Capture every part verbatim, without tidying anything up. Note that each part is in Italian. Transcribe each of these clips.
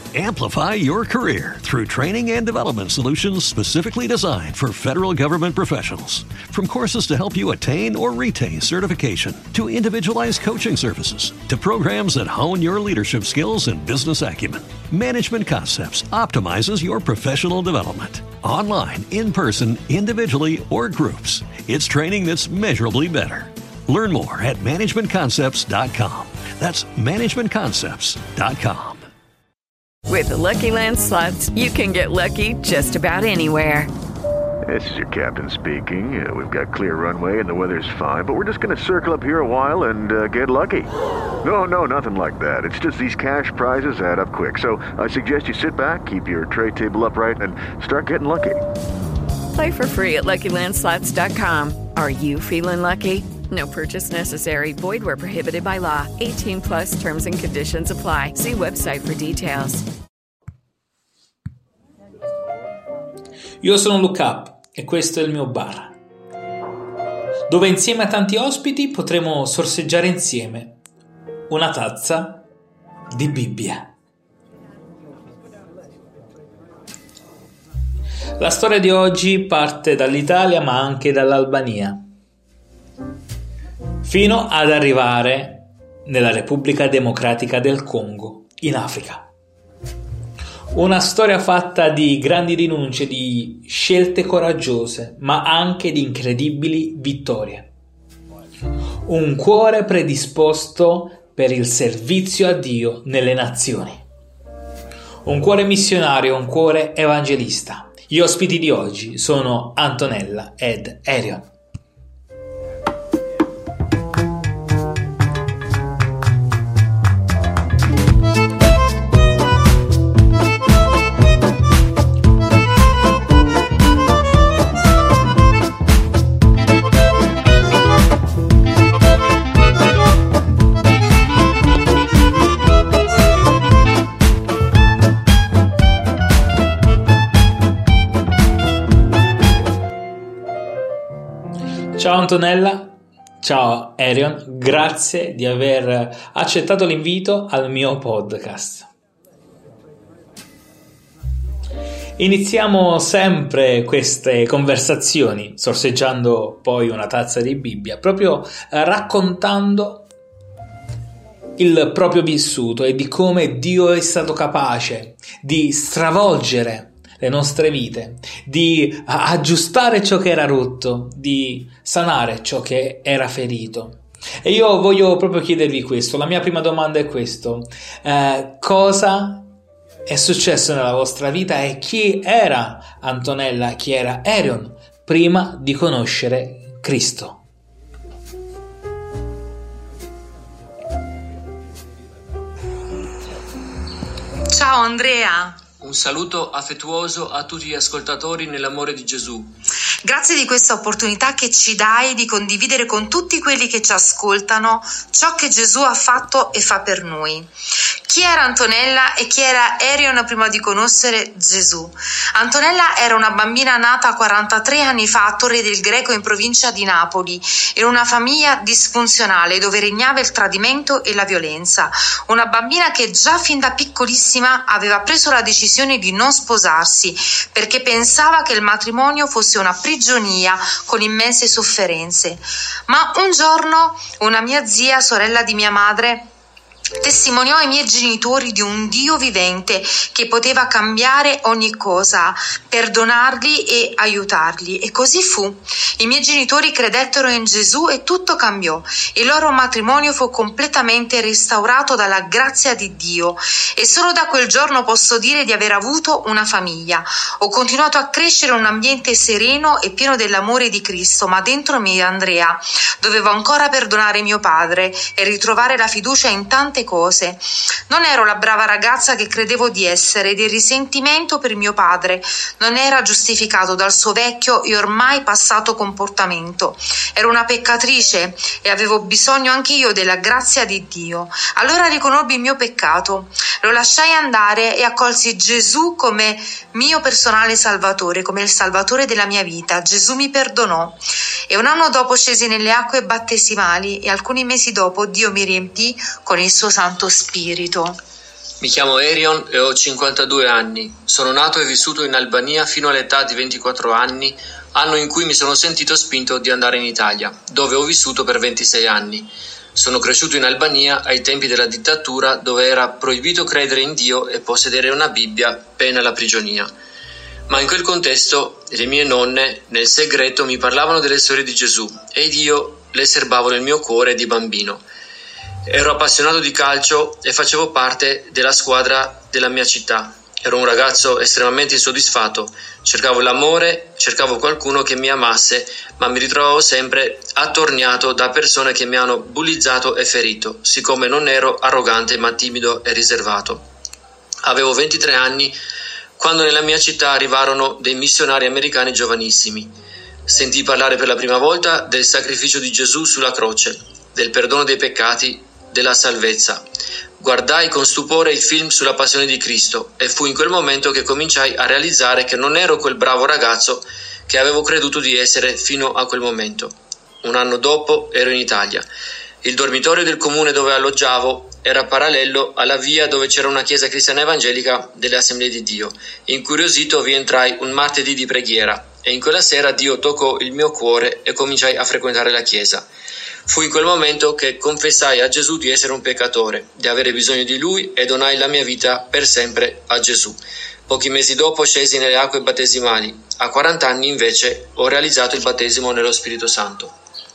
Amplify your career through training and development solutions specifically designed for federal government professionals. From courses to help you attain or retain certification, to individualized coaching services, to programs that hone your leadership skills and business acumen, Management Concepts optimizes your professional development. Online, in person, individually, or groups, it's training that's measurably better. Learn more at management concepts dot com. That's management concepts dot com. With the Lucky Land Slots, you can get lucky just about anywhere. This is your captain speaking. Uh, we've got clear runway and the weather's fine, but we're just going to circle up here a while and uh, get lucky. No, no, nothing like that. It's just these cash prizes add up quick. So I suggest you sit back, keep your tray table upright, and start getting lucky. Play for free at lucky land slots dot com. Are you feeling lucky? No purchase necessary. Void where prohibited by law. eighteen plus terms and conditions apply. See website for details. Io sono Look Up e questo è il mio bar, dove insieme a tanti ospiti potremo sorseggiare insieme una tazza di Bibbia. La storia di oggi parte dall'Italia ma anche dall'Albania, fino ad arrivare nella Repubblica Democratica del Congo, in Africa. Una storia fatta di grandi rinunce, di scelte coraggiose, ma anche di incredibili vittorie. Un cuore predisposto per il servizio a Dio nelle nazioni. Un cuore missionario, un cuore evangelista. Gli ospiti di oggi sono Antonella ed Arion. Ciao Antonella, ciao Arion, grazie di aver accettato l'invito al mio podcast. Iniziamo sempre queste conversazioni, sorseggiando poi una tazza di Bibbia, proprio raccontando il proprio vissuto e di come Dio è stato capace di stravolgere le nostre vite, di aggiustare ciò che era rotto, di sanare ciò che era ferito. E io voglio proprio chiedervi questo. La mia prima domanda è questo: eh, cosa è successo nella vostra vita e chi era Antonella, chi era Arion prima di conoscere Cristo? Ciao Andrea. Un saluto affettuoso a tutti gli ascoltatori nell'amore di Gesù. Grazie di questa opportunità che ci dai di condividere con tutti quelli che ci ascoltano ciò che Gesù ha fatto e fa per noi. Chi era Antonella e chi era Arion prima di conoscere Gesù? Antonella era una bambina nata quarantatré anni fa a Torre del Greco in provincia di Napoli, in una famiglia disfunzionale dove regnava il tradimento e la violenza. Una bambina che già fin da piccolissima aveva preso la decisione di non sposarsi perché pensava che il matrimonio fosse una prigionia con immense sofferenze. Ma un giorno una mia zia, sorella di mia madre, testimoniò ai miei genitori di un Dio vivente che poteva cambiare ogni cosa, perdonarli e aiutarli. E così fu. I miei genitori credettero in Gesù e tutto cambiò. Il loro matrimonio fu completamente restaurato dalla grazia di Dio e solo da quel giorno posso dire di aver avuto una famiglia. Ho continuato a crescere in un ambiente sereno e pieno dell'amore di Cristo, ma dentro me, Andrea, dovevo ancora perdonare mio padre e ritrovare la fiducia in tante cose. Non ero la brava ragazza che credevo di essere ed il risentimento per mio padre non era giustificato dal suo vecchio e ormai passato comportamento. Ero una peccatrice e avevo bisogno anch'io della grazia di Dio. Allora riconobbi il mio peccato, lo lasciai andare e accolsi Gesù come mio personale salvatore, come il salvatore della mia vita. Gesù mi perdonò e un anno dopo scesi nelle acque battesimali e alcuni mesi dopo Dio mi riempì con il suo Santo Spirito. Mi chiamo Arion e ho cinquantadue anni. Sono nato e vissuto in Albania fino all'età di ventiquattro anni, anno in cui mi sono sentito spinto di andare in Italia, dove ho vissuto per ventisei anni. Sono cresciuto in Albania ai tempi della dittatura, dove era proibito credere in Dio e possedere una Bibbia, pena la prigionia. Ma in quel contesto le mie nonne, nel segreto, mi parlavano delle storie di Gesù ed io le serbavo nel mio cuore di bambino. Ero appassionato di calcio e facevo parte della squadra della mia città. Ero un ragazzo estremamente insoddisfatto, cercavo l'amore, cercavo qualcuno che mi amasse, ma mi ritrovavo sempre attorniato da persone che mi hanno bullizzato e ferito, siccome non ero arrogante ma timido e riservato. Avevo ventitré anni quando nella mia città arrivarono dei missionari americani giovanissimi. Sentii parlare per la prima volta del sacrificio di Gesù sulla croce, del perdono dei peccati, della salvezza. Guardai con stupore il film sulla passione di Cristo e fu in quel momento che cominciai a realizzare che non ero quel bravo ragazzo che avevo creduto di essere fino a quel momento. Un anno dopo ero in Italia. Il dormitorio del comune dove alloggiavo era parallelo alla via dove c'era una chiesa cristiana evangelica delle Assemblee di Dio. Incuriosito vi entrai un martedì di preghiera e in quella sera Dio toccò il mio cuore e cominciai a frequentare la chiesa. Fu in quel momento che confessai a Gesù di essere un peccatore, di avere bisogno di Lui e donai la mia vita per sempre a Gesù. Pochi mesi dopo scesi nelle acque battesimali. A quaranta anni invece ho realizzato il battesimo nello Spirito Santo.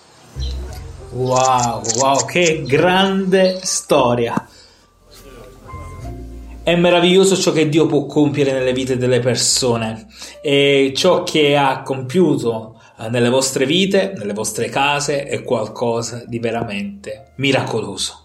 Wow, wow, che grande storia! È meraviglioso ciò che Dio può compiere nelle vite delle persone e ciò che ha compiuto nelle vostre vite, nelle vostre case, è qualcosa di veramente miracoloso.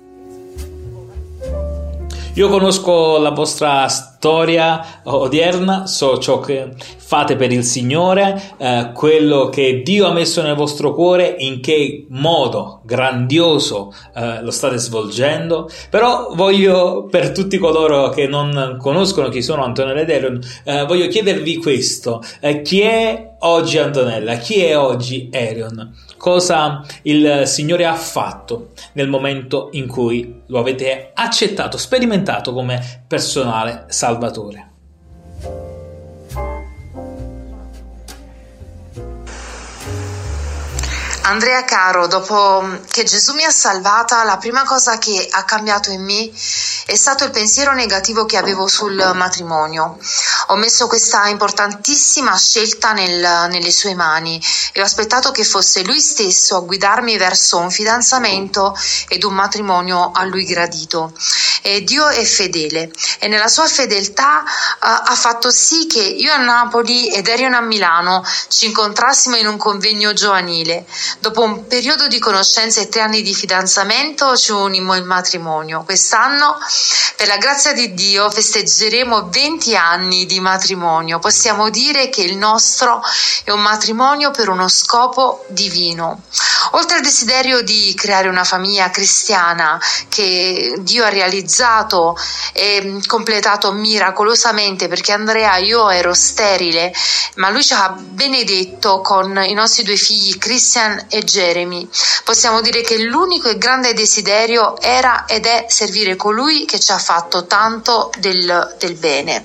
Io conosco la vostra storia odierna, so ciò che fate per il Signore, eh, quello che Dio ha messo nel vostro cuore, in che modo grandioso eh, lo state svolgendo. Però voglio, per tutti coloro che non conoscono chi sono Antonella ed Arion, eh, voglio chiedervi questo: eh, chi è oggi Antonella? Chi è oggi Arion? Cosa il Signore ha fatto nel momento in cui lo avete accettato, sperimentato come personale Salvatore? Andrea caro, dopo che Gesù mi ha salvata, la prima cosa che ha cambiato in me è stato il pensiero negativo che avevo sul matrimonio. Ho messo questa importantissima scelta nel, nelle sue mani e ho aspettato che fosse lui stesso a guidarmi verso un fidanzamento ed un matrimonio a lui gradito. E Dio è fedele e nella sua fedeltà uh, ha fatto sì che io a Napoli ed Arion a Milano ci incontrassimo in un convegno giovanile. Dopo un periodo di conoscenza e tre anni di fidanzamento ci unimmo in matrimonio. Quest'anno, per la grazia di Dio, festeggeremo venti anni di matrimonio. Possiamo dire che il nostro è un matrimonio per uno scopo divino. Oltre al desiderio di creare una famiglia cristiana che Dio ha realizzato e completato miracolosamente, perché Andrea, io ero sterile, ma lui ci ha benedetto con i nostri due figli Christian e Jeremy. Possiamo dire che l'unico e grande desiderio era ed è servire colui che ci ha fatto tanto del, del bene.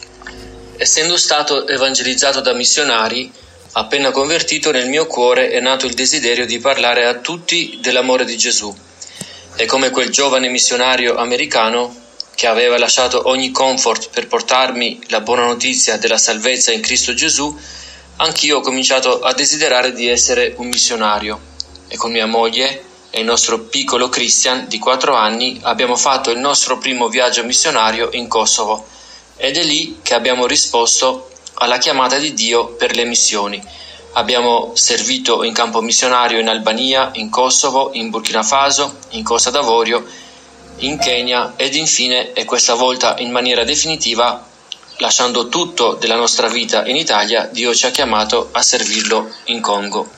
Essendo stato evangelizzato da missionari, appena convertito, nel mio cuore è nato il desiderio di parlare a tutti dell'amore di Gesù. E come quel giovane missionario americano che aveva lasciato ogni comfort per portarmi la buona notizia della salvezza in Cristo Gesù, anch'io ho cominciato a desiderare di essere un missionario. E con mia moglie e il nostro piccolo Christian di quattro anni abbiamo fatto il nostro primo viaggio missionario in Kosovo. Ed è lì che abbiamo risposto alla chiamata di Dio per le missioni. Abbiamo servito in campo missionario in Albania, in Kosovo, in Burkina Faso, in Costa d'Avorio, in Kenya ed infine, e questa volta in maniera definitiva, lasciando tutto della nostra vita in Italia, Dio ci ha chiamato a servirlo in Congo.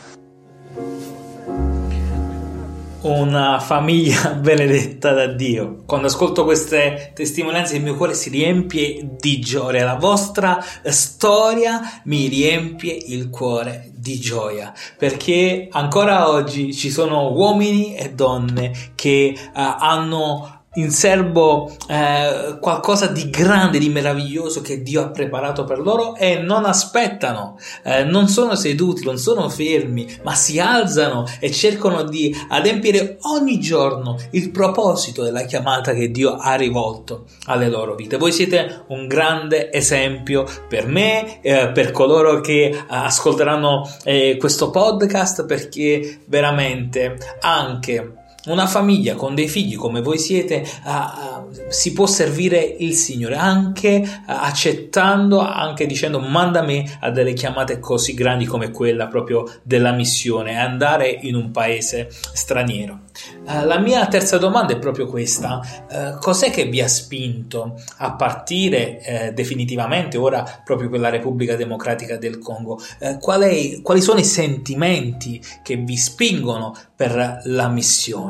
Una famiglia benedetta da Dio. Quando ascolto queste testimonianze il mio cuore si riempie di gioia. La vostra storia mi riempie il cuore di gioia, perché ancora oggi ci sono uomini e donne che uh, hanno in serbo eh, qualcosa di grande, di meraviglioso che Dio ha preparato per loro, e non aspettano, eh, non sono seduti, non sono fermi, ma si alzano e cercano di adempiere ogni giorno il proposito della chiamata che Dio ha rivolto alle loro vite. Voi siete un grande esempio per me, eh, per coloro che eh, ascolteranno eh, questo podcast, perché veramente anche una famiglia con dei figli come voi siete uh, uh, si può servire il Signore anche uh, accettando, anche dicendo manda me a delle chiamate così grandi come quella proprio della missione, andare in un paese straniero. Uh, la mia terza domanda è proprio questa: uh, cos'è che vi ha spinto a partire uh, definitivamente ora proprio per la Repubblica Democratica del Congo? Uh, qual è, quali sono i sentimenti che vi spingono per la missione?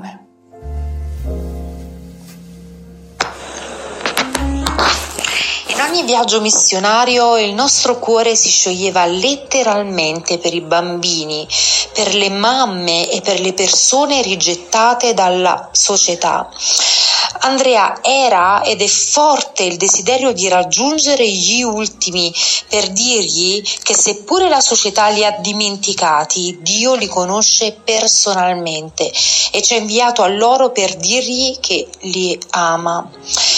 In ogni viaggio missionario il nostro cuore si scioglieva letteralmente per i bambini, per le mamme e per le persone rigettate dalla società. Andrea era ed è forte il desiderio di raggiungere gli ultimi per dirgli che seppure la società li ha dimenticati, Dio li conosce personalmente e ci ha inviato a loro per dirgli che li ama.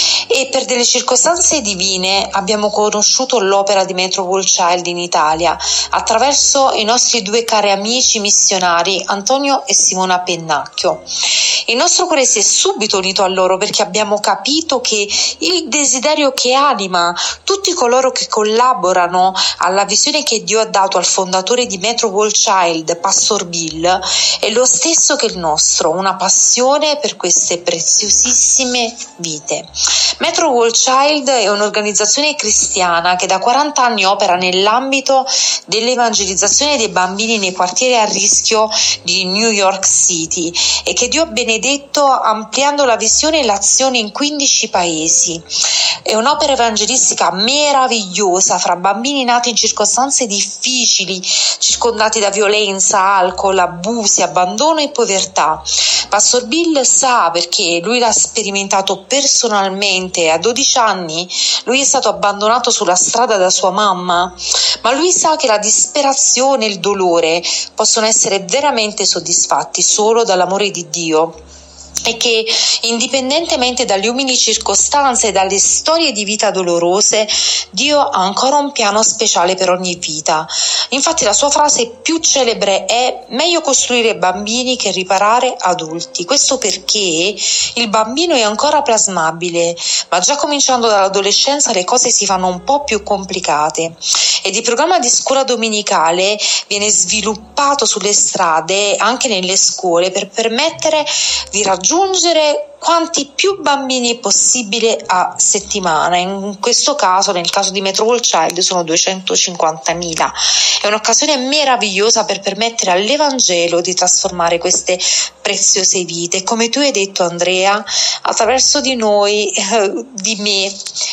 E per delle circostanze divine abbiamo conosciuto l'opera di Metro World Child in Italia attraverso i nostri due cari amici missionari Antonio e Simona Pennacchio. Il nostro cuore si è subito unito a loro perché abbiamo capito che il desiderio che anima tutti coloro che collaborano alla visione che Dio ha dato al fondatore di Metro World Child, Pastor Bill, è lo stesso che il nostro, una passione per queste preziosissime vite. Metro World Child è un'organizzazione cristiana che da quaranta anni opera nell'ambito dell'evangelizzazione dei bambini nei quartieri a rischio di New York City e che Dio ha benedetto ampliando la visione e l'azione in quindici paesi. È un'opera evangelistica meravigliosa fra bambini nati in circostanze difficili, circondati da violenza, alcol, abusi, abbandono e povertà. Pastor Bill sa, perché lui l'ha sperimentato personalmente. A dodici anni lui è stato abbandonato sulla strada da sua mamma, ma lui sa che la disperazione e il dolore possono essere veramente soddisfatti solo dall'amore di Dio, e che indipendentemente dalle umili circostanze e dalle storie di vita dolorose, Dio ha ancora un piano speciale per ogni vita. Infatti la sua frase più celebre è: meglio costruire bambini che riparare adulti. Questo perché il bambino è ancora plasmabile, ma già cominciando dall'adolescenza le cose si fanno un po' più complicate, ed il programma di scuola domenicale viene sviluppato sulle strade, anche nelle scuole, per permettere di raggiungere Aggiungere quanti più bambini possibile a settimana. In questo caso, nel caso di Metro World Child, sono duecentocinquantamila. È un'occasione meravigliosa per permettere all'Evangelo di trasformare queste preziose vite. Come tu hai detto, Andrea, attraverso di noi, eh, di me,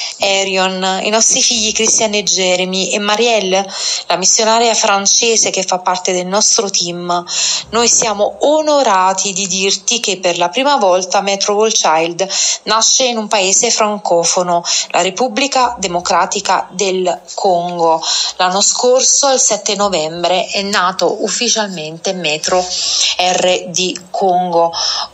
Arion, i nostri figli Cristian e Jeremy e Marielle, la missionaria francese che fa parte del nostro team, noi siamo onorati di dirti che per la prima volta Metro World Child nasce in un paese francofono, la Repubblica Democratica del Congo. L'anno scorso, il sette novembre, è nato ufficialmente Metro R D Congo,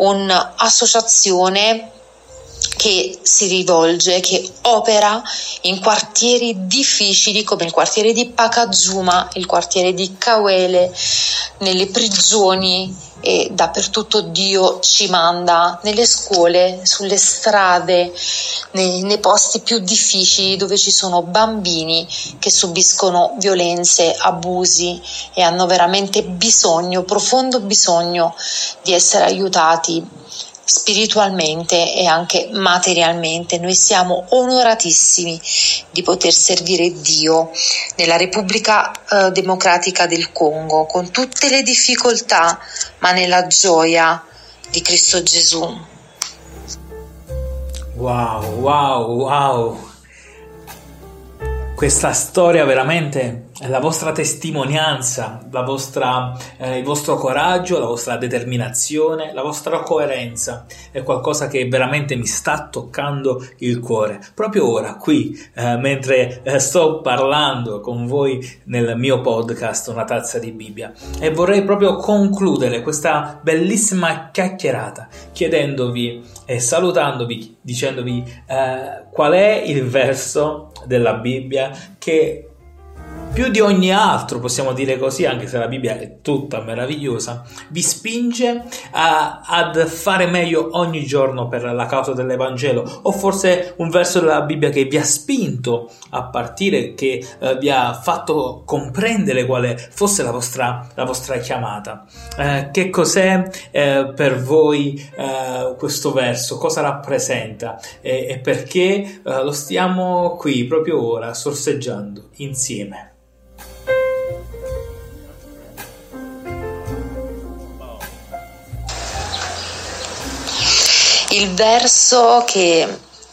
un'associazione che si rivolge, che opera in quartieri difficili come il quartiere di Pacazuma, il quartiere di Kawele, nelle prigioni, e dappertutto Dio ci manda, nelle scuole, sulle strade, nei, nei posti più difficili dove ci sono bambini che subiscono violenze, abusi e hanno veramente bisogno, profondo bisogno di essere aiutati spiritualmente e anche materialmente. Noi siamo onoratissimi di poter servire Dio nella Repubblica eh, Democratica del Congo, con tutte le difficoltà, ma nella gioia di Cristo Gesù. Wow, wow, wow! Questa storia veramente la vostra testimonianza, la vostra, eh, il vostro coraggio, la vostra determinazione, la vostra coerenza è qualcosa che veramente mi sta toccando il cuore proprio ora qui, eh, mentre eh, sto parlando con voi nel mio podcast Una tazza di Bibbia, e vorrei proprio concludere questa bellissima chiacchierata chiedendovi e salutandovi, dicendovi eh, qual è il verso della Bibbia che più di ogni altro, possiamo dire così, anche se la Bibbia è tutta meravigliosa, vi spinge a, ad fare meglio ogni giorno per la causa dell'Evangelo, o forse un verso della Bibbia che vi ha spinto a partire, che eh, vi ha fatto comprendere quale fosse la vostra, la vostra chiamata. Eh, che cos'è eh, per voi eh, questo verso? Cosa rappresenta? E, e perché eh, lo stiamo qui proprio ora sorseggiando insieme? Il verso che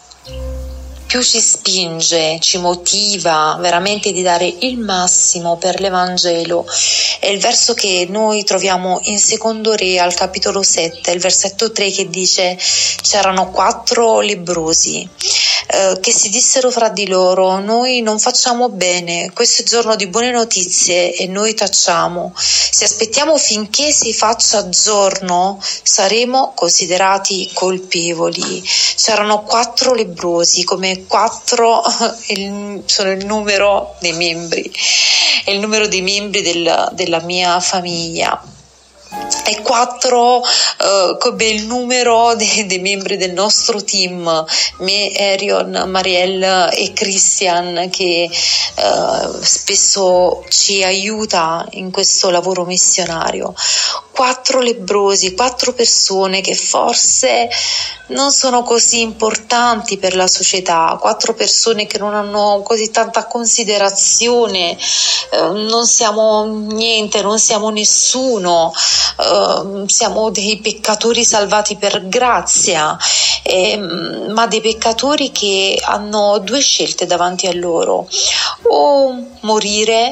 più ci spinge, ci motiva veramente di dare il massimo per l'Evangelo è il verso che noi troviamo in Secondo Re al capitolo sette, il versetto tre, che dice: c'erano quattro lebbrosi eh, che si dissero fra di loro: noi non facciamo bene, questo è giorno di buone notizie e noi tacciamo. Se aspettiamo finché si faccia giorno saremo considerati colpevoli. C'erano quattro lebbrosi, come quattro sono il numero dei membri, è il numero dei membri del, della mia famiglia. E quattro uh, come il numero dei, dei membri del nostro team, me, Arion, Marielle e Christian, che uh, spesso ci aiuta in questo lavoro missionario. Quattro lebbrosi, quattro persone che forse non sono così importanti per la società, quattro persone che non hanno così tanta considerazione, uh, non siamo niente, non siamo nessuno. Uh, siamo dei peccatori salvati per grazia, eh, ma dei peccatori che hanno due scelte davanti a loro: o morire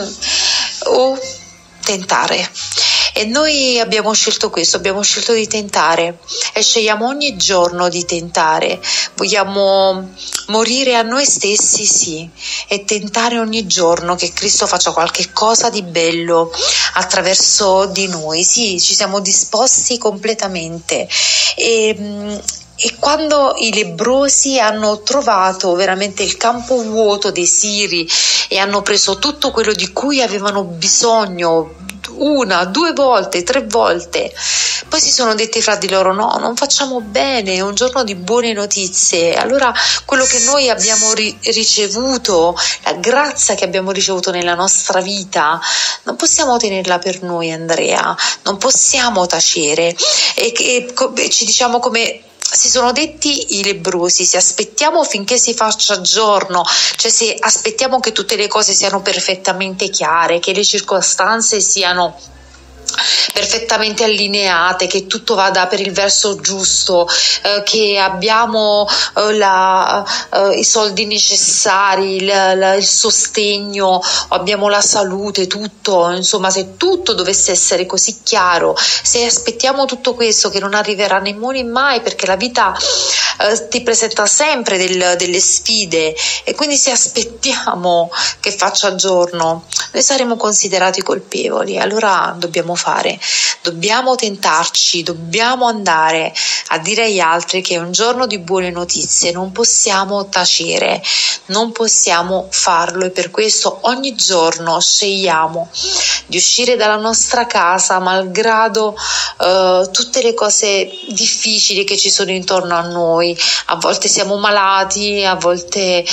o tentare. E noi abbiamo scelto questo, abbiamo scelto di tentare e scegliamo ogni giorno di tentare. Vogliamo morire a noi stessi, sì, e tentare ogni giorno che Cristo faccia qualche cosa di bello attraverso di noi. Sì, ci siamo disposti completamente. E, E quando i lebbrosi hanno trovato veramente il campo vuoto dei Siri e hanno preso tutto quello di cui avevano bisogno, una, due volte, tre volte, poi si sono detti fra di loro: no, non facciamo bene, è un giorno di buone notizie. Allora quello che noi abbiamo ri- ricevuto, la grazia che abbiamo ricevuto nella nostra vita, non possiamo tenerla per noi, Andrea, non possiamo tacere. E, e, e ci diciamo come si sono detti i lebbrosi: se aspettiamo finché si faccia giorno, cioè se aspettiamo che tutte le cose siano perfettamente chiare, che le circostanze siano perfettamente allineate, che tutto vada per il verso giusto, eh, che abbiamo eh, la, eh, i soldi necessari, il, la, il sostegno, abbiamo la salute, tutto, insomma, se tutto dovesse essere così chiaro, se aspettiamo tutto questo, che non arriverà nemmeno e mai, perché la vita eh, ti presenta sempre del, delle sfide, e quindi se aspettiamo che faccia giorno noi saremo considerati colpevoli. Allora dobbiamo fare, dobbiamo tentarci, dobbiamo andare a dire agli altri che è un giorno di buone notizie, non possiamo tacere, non possiamo farlo, e per questo ogni giorno scegliamo di uscire dalla nostra casa malgrado eh, tutte le cose difficili che ci sono intorno a noi. A volte siamo malati, a volte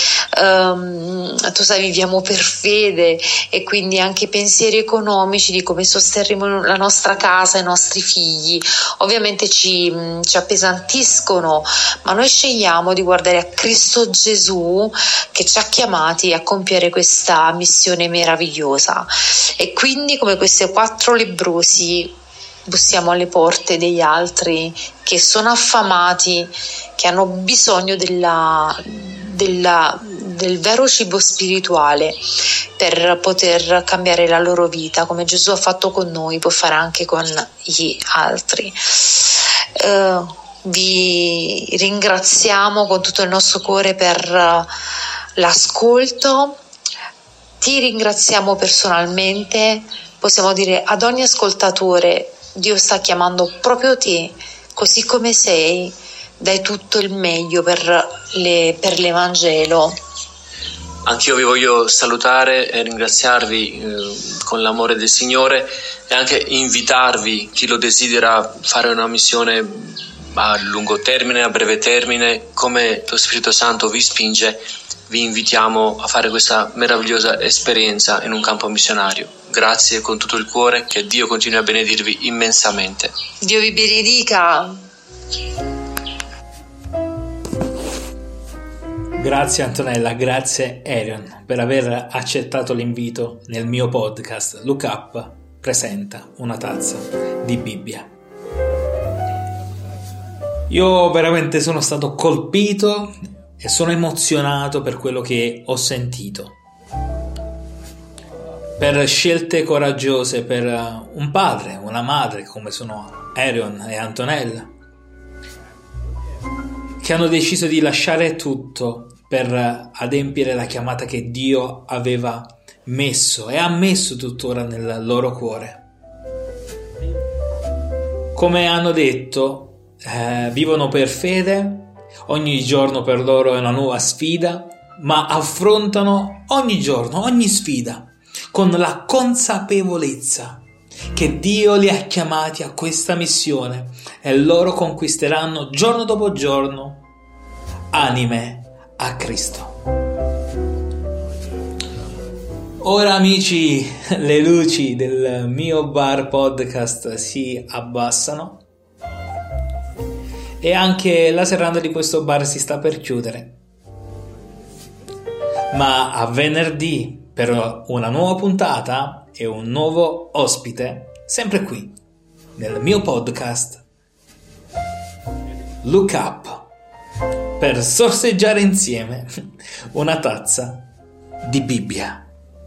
ehm, tu sai, viviamo per fede, e quindi anche pensieri economici di come sosterremo la nostra casa, i nostri figli, ovviamente ci, ci appesantiscono, ma noi scegliamo di guardare a Cristo Gesù che ci ha chiamati a compiere questa missione meravigliosa. E quindi, come questi quattro lebbrosi, bussiamo alle porte degli altri che sono affamati, che hanno bisogno della, della del vero cibo spirituale per poter cambiare la loro vita, come Gesù ha fatto con noi, può fare anche con gli altri. Eh, vi ringraziamo con tutto il nostro cuore per l'ascolto, ti ringraziamo personalmente, possiamo dire ad ogni ascoltatore: Dio sta chiamando proprio te, così come sei, dai tutto il meglio per, le, per l'Evangelo. Anch'io vi voglio salutare e ringraziarvi eh, con l'amore del Signore e anche invitarvi, chi lo desidera, a fare una missione a lungo termine, a breve termine, come lo Spirito Santo vi spinge. Vi invitiamo a fare questa meravigliosa esperienza in un campo missionario. Grazie con tutto il cuore, che Dio continui a benedirvi immensamente. Dio vi benedica. Grazie Antonella, grazie Arion per aver accettato l'invito nel mio podcast. Look Up presenta una tazza di Bibbia. Io veramente sono stato colpito e sono emozionato per quello che ho sentito, per scelte coraggiose, per un padre, una madre come sono Arion e Antonella, che hanno deciso di lasciare tutto per adempiere la chiamata che Dio aveva messo e ha messo tuttora nel loro cuore. Come hanno detto, eh, vivono per fede, ogni giorno per loro è una nuova sfida, ma affrontano ogni giorno, ogni sfida, con la consapevolezza che Dio li ha chiamati a questa missione e loro conquisteranno giorno dopo giorno anime a Cristo. Ora amici, le luci del mio bar podcast si abbassano e anche la serranda di questo bar si sta per chiudere, ma a venerdì per una nuova puntata e un nuovo ospite, sempre qui nel mio podcast Look Up, per sorseggiare insieme una tazza di Bibbia.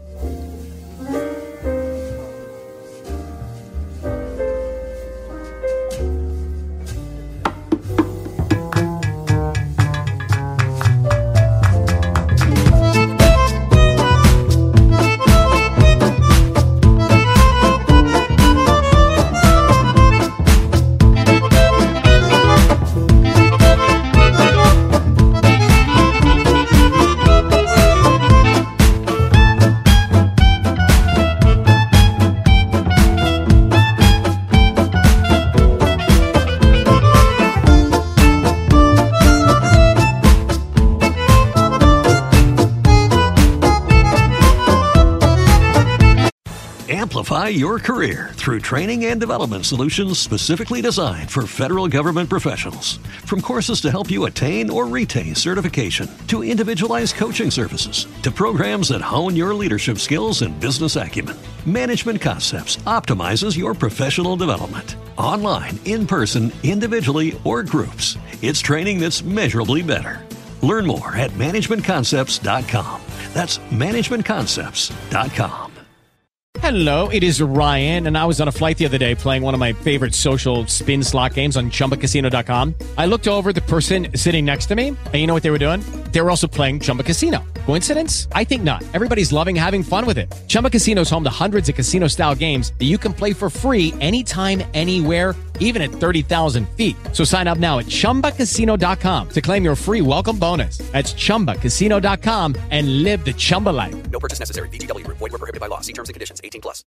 Amplify your career through training and development solutions specifically designed for federal government professionals. From courses to help you attain or retain certification, to individualized coaching services, to programs that hone your leadership skills and business acumen, Management Concepts optimizes your professional development. Online, in person, individually, or groups, it's training that's measurably better. Learn more at management concepts dot com. That's management concepts dot com. Hello, it is Ryan, and I was on a flight the other day playing one of my favorite social spin slot games on chumba casino dot com. I looked over at the person sitting next to me, and you know what they were doing? They were also playing Chumba Casino. Coincidence? I think not. Everybody's loving having fun with it. Chumba Casino is home to hundreds of casino-style games that you can play for free anytime, anywhere, even at thirty thousand feet. So sign up now at chumba casino dot com to claim your free welcome bonus. That's chumba casino dot com and live the Chumba life. No purchase necessary. V G W. Void where prohibited by law. See terms and conditions. eighteen plus.